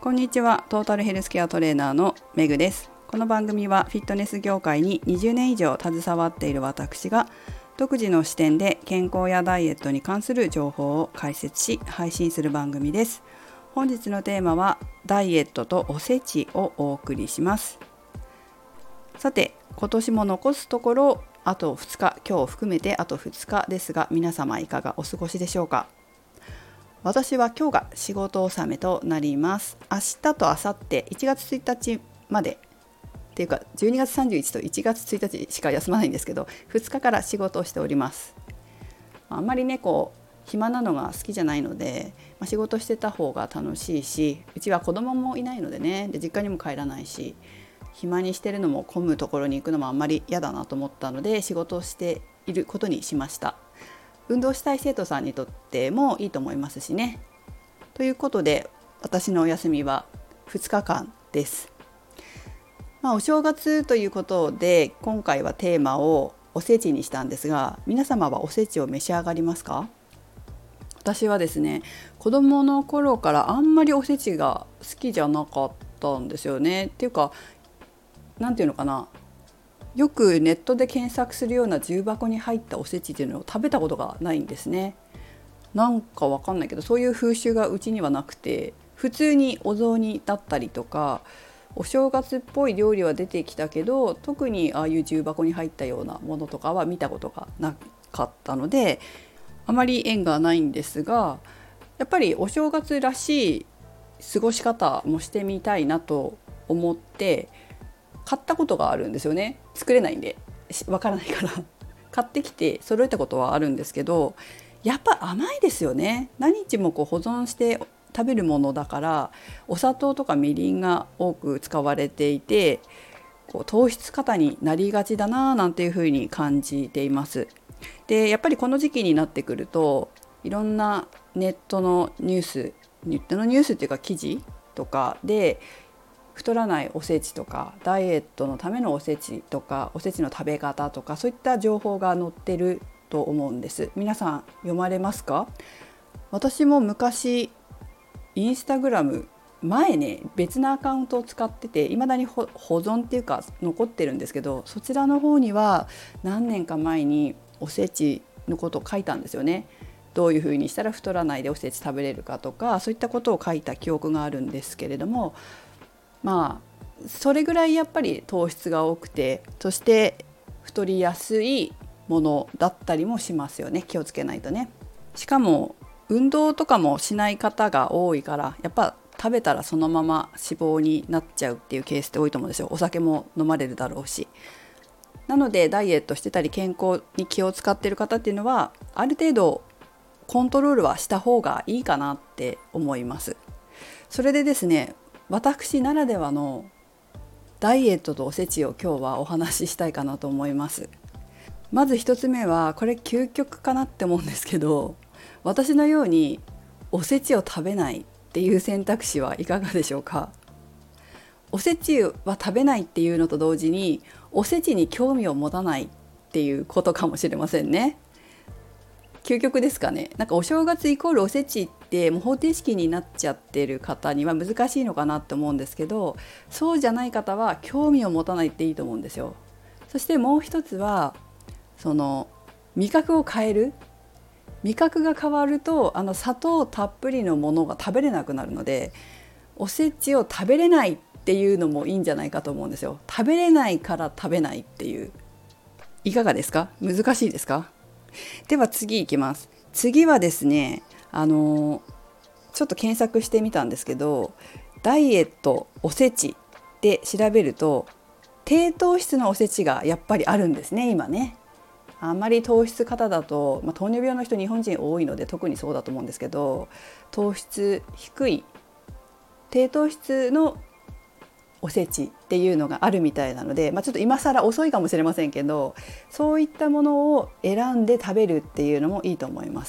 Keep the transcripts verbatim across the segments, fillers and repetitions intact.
こんにちは。トータルヘルスケアトレーナーのメグです。この番組はフィットネス業界ににじゅうねん以上携わっている私が独自の視点で健康やダイエットに関する情報を解説し配信する番組です。本日のテーマはダイエットとおせちをお送りします。さて、今年も残すところあとふつか、今日を含めてあとふつかですが、皆様いかがお過ごしでしょうか。私は今日が仕事納めとなります。明日と明後日いちがつついたちまでっていうかじゅうにがつさんじゅういちといちがつついたちしか休まないんですけど、ふつかから仕事をしております。あんまりねこう暇なのが好きじゃないので、まあ、仕事してた方が楽しいし、うちは子供もいないのでね、で実家にも帰らないし、暇にしてるのも混むところに行くのもあんまり嫌だなと思ったので仕事をしていることにしました。運動したい生徒さんにとってもいいと思いますしね。ということで私のお休みはふつかかんです。まあ、お正月ということで今回はテーマをおせちにしたんですが、皆様はおせちを召し上がりますか？私はですね、子供の頃からあんまりおせちが好きじゃなかったんですよね。っていうか、なんていうのかな、よくネットで検索するような重箱に入ったおせちっていうのを食べたことがないんですね。なんかわかんないけど、そういう風習がうちにはなくて、普通にお雑煮だったりとかお正月っぽい料理は出てきたけど、特にああいう重箱に入ったようなものとかは見たことがなかったのであまり縁がないんですが、やっぱりお正月らしい過ごし方もしてみたいなと思って買ったことがあるんですよね。作れないんでわからないから買ってきて揃えたことはあるんですけど、やっぱ甘いですよね。何日もこう保存して食べるものだから、お砂糖とかみりんが多く使われていて、こう糖質過多になりがちだななんていうふうに感じています。でやっぱりこの時期になってくると、いろんなネットのニュースネットのニュースっていうか記事とかで太らないおせちとかダイエットのためのおせちとかおせちの食べ方とか、そういった情報が載ってると思うんです。皆さん読まれますか？私も昔インスタグラム前ね別のアカウントを使ってて、未だに保存っていうか残ってるんですけど、そちらの方には何年か前におせちのことを書いたんですよね。どういう風にしたら太らないでおせち食べれるかとか、そういったことを書いた記憶があるんですけれども、まあそれぐらいやっぱり糖質が多くて、そして太りやすいものだったりもしますよね。気をつけないとね。しかも運動とかもしない方が多いから、やっぱ食べたらそのまま脂肪になっちゃうっていうケースって多いと思うんですよ。お酒も飲まれるだろうし。なのでダイエットしてたり健康に気を使っている方っていうのは、ある程度コントロールはした方がいいかなって思います。それでですね、私ならではのダイエットとおせちを今日はお話ししたいかなと思います。まず一つ目は、これ究極かなって思うんですけど、私のようにおせちを食べないっていう選択肢はいかがでしょうか。おせちは食べないっていうのと同時に、おせちに興味を持たないっていうことかもしれませんね。究極ですかね。なんかお正月イコールおせちってもう方程式になっちゃってる方には難しいのかなって思うんですけど、そうじゃない方は興味を持たないっていいと思うんですよ。そしてもう一つは、その味覚を変える。味覚が変わると、あの砂糖たっぷりのものが食べれなくなるので、おせちを食べれないっていうのもいいんじゃないかと思うんですよ。食べれないから食べないっていう、いかがですか？難しいですか？では次いきます。次はですね、あのちょっと検索してみたんですけど、ダイエットおせちで調べると低糖質のおせちがやっぱりあるんですね、今ね。あんまり糖質過多だと、まあ、糖尿病の人日本人多いので特にそうだと思うんですけど、糖質低い低糖質のおせちっていうのがあるみたいなので、まあ、ちょっと今更遅いかもしれませんけど、そういったものを選んで食べるっていうのもいいと思います。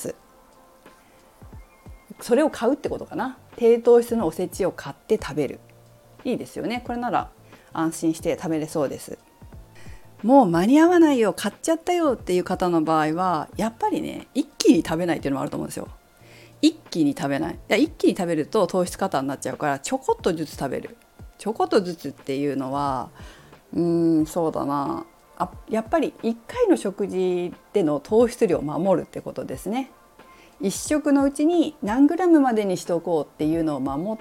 それを買うってことかな。低糖質のおせちを買って食べる、いいですよね。これなら安心して食べれそうです。もう間に合わないよ、買っちゃったよっていう方の場合は、やっぱりね一気に食べないっていうのもあると思うんですよ。 一気に食べない。いや一気に食べると糖質過多になっちゃうから、ちょこっとずつ食べる。ちょこっとずつっていうのはうーんそうだなあ、やっぱりいっかいの食事での糖質量を守るってことですね。いっ食のうちに何グラムまでにしておこうっていうのを守って、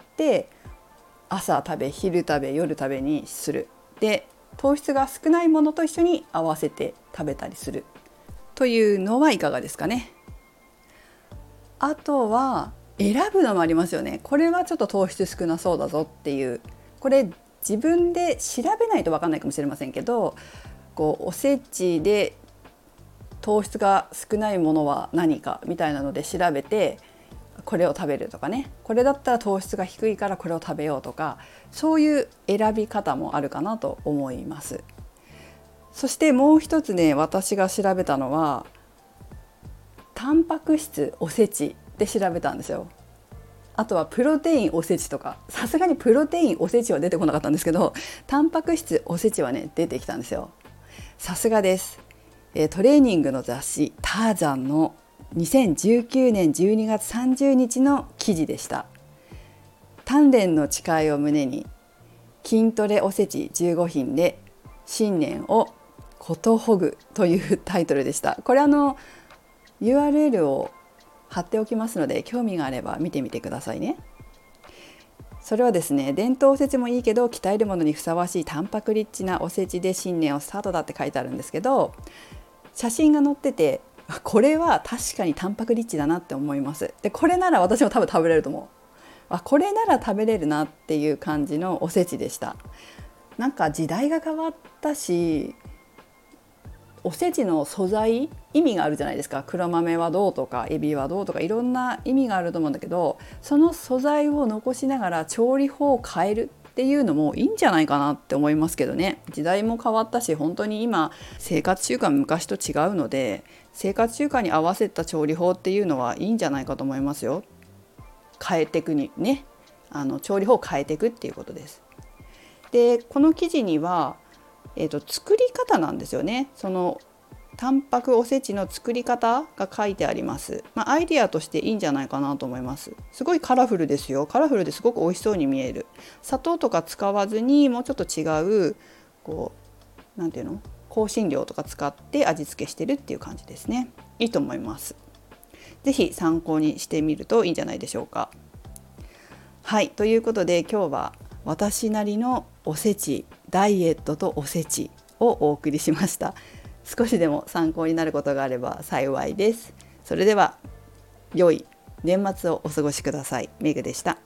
朝食べ、昼食べ、夜食べにする。で、糖質が少ないものと一緒に合わせて食べたりするというのはいかがですかね。あとは選ぶのもありますよね。これはちょっと糖質少なそうだぞっていう、これ自分で調べないと分かんないかもしれませんけど、こうおせちで糖質が少ないものは何かみたいなので調べて、これを食べるとかね、これだったら糖質が低いからこれを食べようとか、そういう選び方もあるかなと思います。そしてもう一つね、私が調べたのはタンパク質おせちで調べたんですよ。あとはプロテインおせちとか、さすがにプロテインおせちは出てこなかったんですけど、タンパク質おせちはね出てきたんですよ。さすがです。トレーニングの雑誌ターザンのにせんじゅうきゅうねんじゅうにがつさんじゅうにちの記事でした。鍛錬の誓いを胸に筋トレおせちじゅうごひんで新年をことほぐというタイトルでした。これあの ユーアールエル を貼っておきますので、興味があれば見てみてくださいね。それはですね、伝統おせちもいいけど鍛えるものにふさわしいタンパクリッチなおせちで新年をスタートだって書いてあるんですけど、写真が載ってて、これは確かにタンパクリッチだなって思います。で、これなら私も多分食べれると思う。あ、これなら食べれるなっていう感じのおせちでした。なんか時代が変わったし、おせちの素材意味があるじゃないですか。黒豆はどうとかエビはどうとか、いろんな意味があると思うんだけど、その素材を残しながら調理法を変えるっていうのもいいんじゃないかなって思いますけどね。時代も変わったし、本当に今生活習慣昔と違うので、生活習慣に合わせた調理法っていうのはいいんじゃないかと思いますよ。変えていくにね、あの調理法を変えていくっていうことです。で、この記事にはえーと、作り方なんですよね。そのタンパクおせちの作り方が書いてあります。まあ、アイディアとしていいんじゃないかなと思います。すごいカラフルですよ。カラフルですごく美味しそうに見える。砂糖とか使わずに、もうちょっと違うこうなんていうの香辛料とか使って味付けしてるっていう感じですね。いいと思います。ぜひ参考にしてみるといいんじゃないでしょうか。はい、ということで今日は私なりのおせち、ダイエットとおせちをお送りしました。少しでも参考になることがあれば幸いです。それでは良い年末をお過ごしください。メグでした。